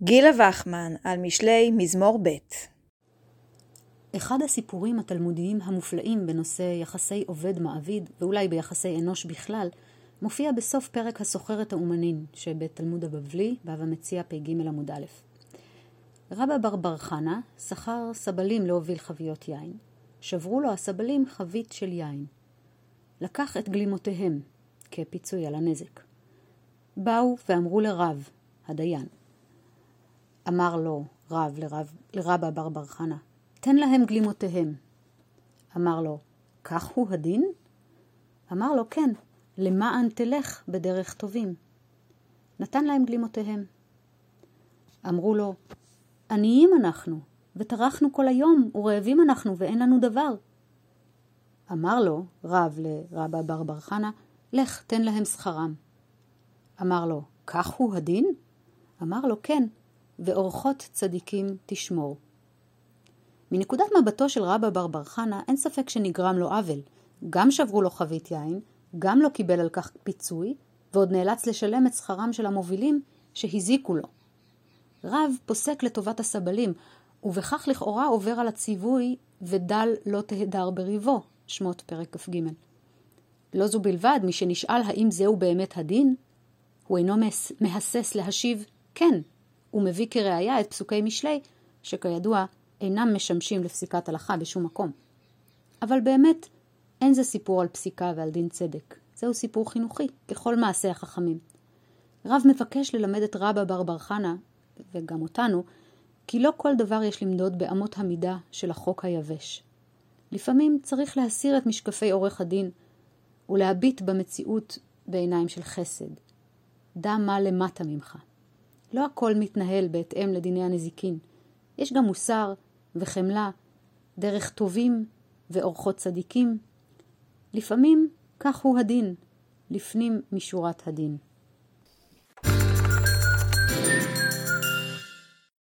גילה וחמן על משלי מזמור ב'. אחד הסיפורים התלמודיים המופלאים בנושא יחסי עובד-מעביד, ואולי ביחסי אנוש בכלל, מופיע בסוף פרק הסוחרת האומנין שבתלמוד הבבלי, בבא מציעא פ"ג עמוד א'. רבא בר חנה שכר סבלים להוביל חביות יין. שברו לו הסבלים חבית של יין. לקח את גלימותיהם כפיצוי על הנזק. באו ואמרו לרב, הדיין. אמר לו לרבא בר חנה, תן להם גלימותיהם. אמר לו, כך הוא הדין? אמר לו, כן, למען תלך בדרך טובים. נתן להם גלימותיהם. אמרו לו, עניים אנחנו, וטרחנו כל היום, ורעבים אנחנו, ואין לנו דבר. אמר לו רב לרבא בר חנה, לך תן להם שכרם. אמר לו, כך הוא הדין? אמר לו, כן, ואורחות צדיקים תשמור. מנקודת מבטו של רבא בר חנה אין ספק שנגרם לו עוול. גם שברו לו חבית יין, גם לא קיבל על כך פיצוי, ועוד נאלץ לשלם את שכרם של המובילים שהזיקו לו. רב פוסק לטובת הסבלים, ובכך לכאורה עובר על הציווי ודל לא תהדר בריבו, שמות פרק כ"ג. לא זו בלבד, מי שנשאל האם זהו באמת הדין, הוא אינו מהסס להשיב כן, ומביא כראיה את פסוקי משלי, שכידוע אינם משמשים לפסיקת הלכה בשום מקום. אבל באמת, אין זה סיפור על פסיקה ועל דין צדק. זהו סיפור חינוכי, ככל מעשי החכמים. רב מבקש ללמד את רבא בר חנה, וגם אותנו, כי לא כל דבר יש למדוד באמות המידה של החוק היבש. לפעמים צריך להסיר את משקפי עורך הדין, ולהביט במציאות בעיניים של חסד. דע מה למטה ממך. לא הכל מתנהל בהתאם לדיני הנזיקין. יש גם מוסר וחמלה, דרך טובים ואורחות צדיקים. לפעמים כך הוא הדין, לפנים משורת הדין.